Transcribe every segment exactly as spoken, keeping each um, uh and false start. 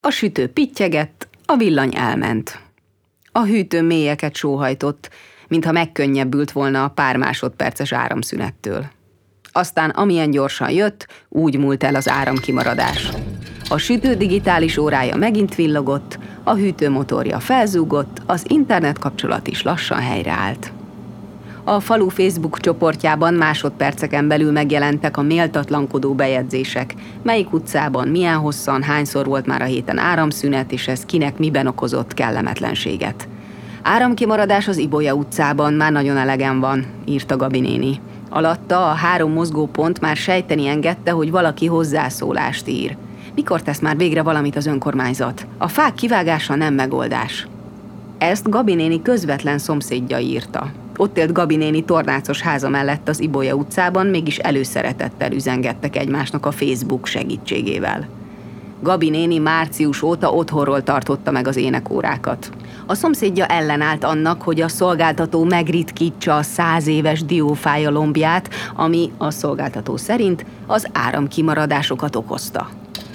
A sütő pittyegett, a villany elment. A hűtő mélyeket sóhajtott, mintha megkönnyebbült volna a pár másodperces áramszünettől. Aztán amilyen gyorsan jött, úgy múlt el az áramkimaradás. A sütő digitális órája megint villogott, a hűtő motorja felzúgott, az internet kapcsolat is lassan helyreállt. A falu Facebook csoportjában másodperceken belül megjelentek a méltatlankodó bejegyzések, melyik utcában, milyen hosszan, hányszor volt már a héten áramszünet, és ez kinek miben okozott kellemetlenséget. Áramkimaradás az Ibolya utcában, már nagyon elegen van, írta Gabi néni. Alatta a három mozgópont már sejteni engedte, hogy valaki hozzászólást ír. Mikor tesz már végre valamit az önkormányzat? A fák kivágása nem megoldás. Ezt Gabi néni közvetlen szomszédja írta. Ott élt Gabi néni tornácos háza mellett az Ibolya utcában, mégis előszeretettel üzengettek egymásnak a Facebook segítségével. Gabi néni március óta otthonról tartotta meg az énekórákat. A szomszédja ellenállt annak, hogy a szolgáltató megritkítsa a száz éves diófája lombját, ami a szolgáltató szerint az áramkimaradásokat okozta.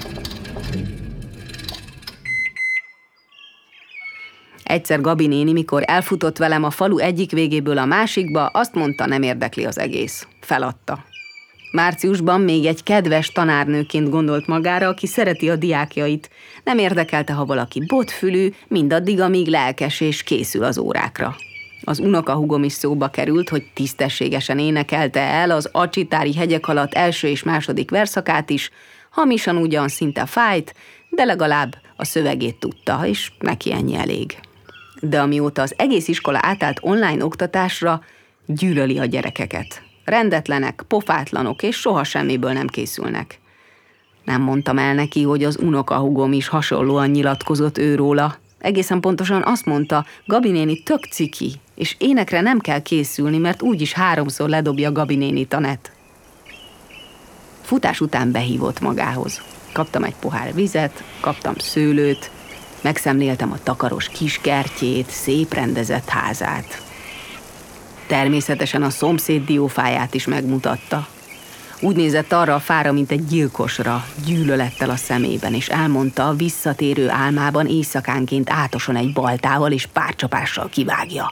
Egyszer Gabi néni, mikor elfutott velem a falu egyik végéből a másikba, azt mondta, nem érdekli az egész. Feladta. Márciusban még egy kedves tanárnőként gondolt magára, aki szereti a diákjait. Nem érdekelte, ha valaki botfülű, mindaddig, amíg lelkes és készül az órákra. Az unokahúgom is szóba került, hogy tisztességesen énekelte el az Acsitári hegyek alatt első és második verszakát is, hamisan ugyan szinte fájt, de legalább a szövegét tudta, és neki ennyi elég. De amióta az egész iskola átállt online oktatásra, gyűlöli a gyerekeket. Rendetlenek, pofátlanok, és soha semmiből nem készülnek. Nem mondtam el neki, hogy az unokahúgom is hasonlóan nyilatkozott őróla. Egészen pontosan azt mondta, Gabi néni tök ciki, és énekre nem kell készülni, mert úgyis háromszor ledobja Gabi nénit a net. Futás után behívott magához. Kaptam egy pohár vizet, kaptam szőlőt, megszemléltem a takaros kiskertjét, szép rendezett házát. Természetesen a szomszéd diófáját is megmutatta. Úgy nézett arra a fára, mint egy gyilkosra, gyűlölettel a szemében, és elmondta, visszatérő álmában éjszakánként átoson egy baltával és párcsapással kivágja.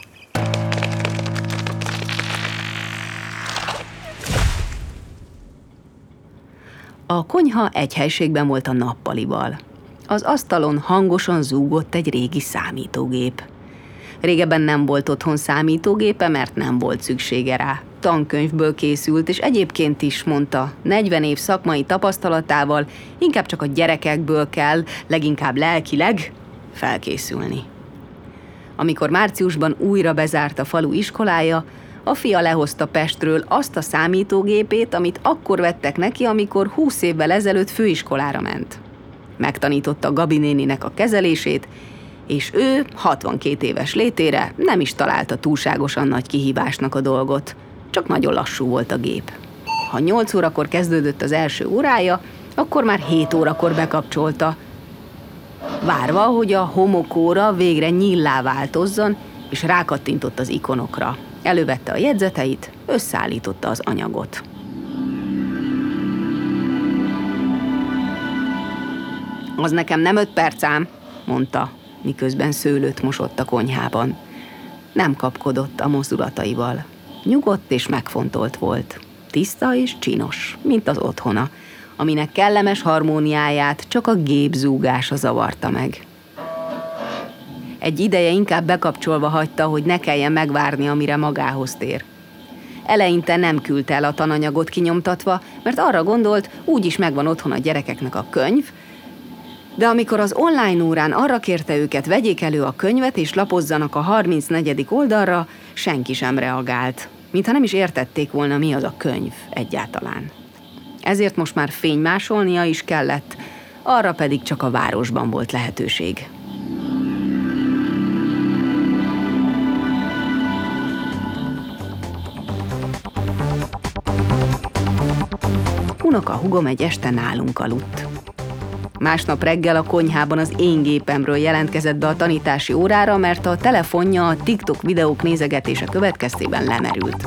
A konyha egy helységben volt a nappalival. Az asztalon hangosan zúgott egy régi számítógép. Régebben nem volt otthon számítógépe, mert nem volt szüksége rá. Tankönyvből készült, és egyébként is, mondta, negyven év szakmai tapasztalatával inkább csak a gyerekekből kell, leginkább lelkileg felkészülni. Amikor márciusban újra bezárt a falu iskolája, a fia lehozta Pestről azt a számítógépét, amit akkor vettek neki, amikor húsz évvel ezelőtt főiskolára ment. Megtanította Gabi néninek a kezelését, és ő hatvankét éves létére nem is találta túlságosan nagy kihívásnak a dolgot, csak nagyon lassú volt a gép. Ha nyolc órakor kezdődött az első órája, akkor már hét órakor bekapcsolta, várva, hogy a homokóra végre nyíllá változzon, és rákattintott az ikonokra. Elővette a jegyzeteit, összeállította az anyagot. Az nekem nem öt perc ám, mondta, miközben szőlőt mosott a konyhában. Nem kapkodott a mozdulataival. Nyugodt és megfontolt volt. Tiszta és csinos, mint az otthona, aminek kellemes harmóniáját csak a gép zúgása zavarta meg. Egy ideje inkább bekapcsolva hagyta, hogy ne kelljen megvárni, amire magához tér. Eleinte nem küldte el a tananyagot kinyomtatva, mert arra gondolt, úgyis megvan otthon a gyerekeknek a könyv, de amikor az online órán arra kérte őket, vegyék elő a könyvet és lapozzanak a harmincnegyedik oldalra, senki sem reagált, mintha nem is értették volna, mi az a könyv egyáltalán. Ezért most már fénymásolnia is kellett, arra pedig csak a városban volt lehetőség. Unokahúgom egy este nálunk aludt. Másnap reggel a konyhában az én gépemről jelentkezett be a tanítási órára, mert a telefonja a TikTok videók nézegetése következtében lemerült.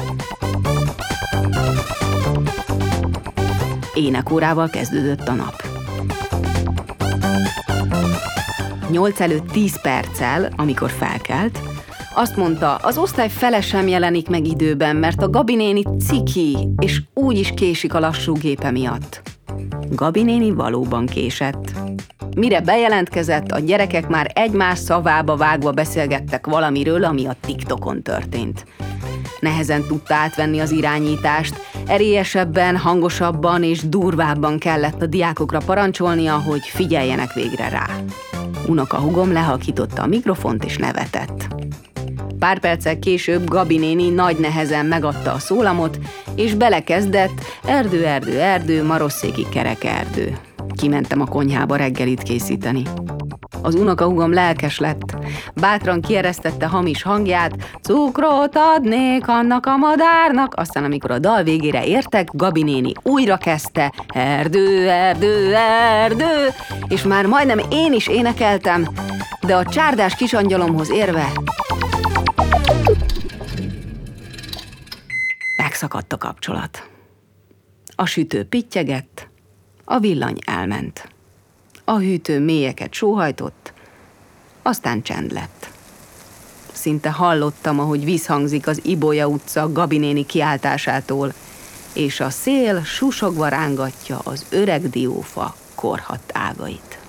Énekórával kezdődött a nap. Nyolc előtt tíz perccel, amikor felkelt, azt mondta, az osztály fele sem jelenik meg időben, mert a Gabi néni ciki, és úgy is késik a lassú gépe miatt. Gabi néni valóban késett. Mire bejelentkezett, a gyerekek már egymás szavába vágva beszélgettek valamiről, ami a TikTokon történt. Nehezen tudta átvenni az irányítást, erélyesebben, hangosabban és durvábban kellett a diákokra parancsolnia, hogy figyeljenek végre rá. Unokahúgom lehalkította a mikrofont és nevetett. Pár perccel később Gabi néni nagy nehezen megadta a szólamot, és belekezdett erdő, erdő, erdő, marosszéki kerek erdő. Kimentem a konyhába reggelit készíteni. Az unokahúgom lelkes lett. Bátran kieresztette hamis hangját, cukrot adnék annak a madárnak, aztán amikor a dal végére értek, Gabi néni újra kezdte, erdő, erdő, erdő, és már majdnem én is énekeltem, de a csárdás kisangyalomhoz érve megszakadt a kapcsolat. A sütő pittyegett, a villany elment. A hűtő mélyeket sóhajtott, aztán csend lett. Szinte hallottam, ahogy visszhangzik az Ibolya utca Gabi néni kiáltásától, és a szél susogva rángatja az öreg diófa korhadt ágait.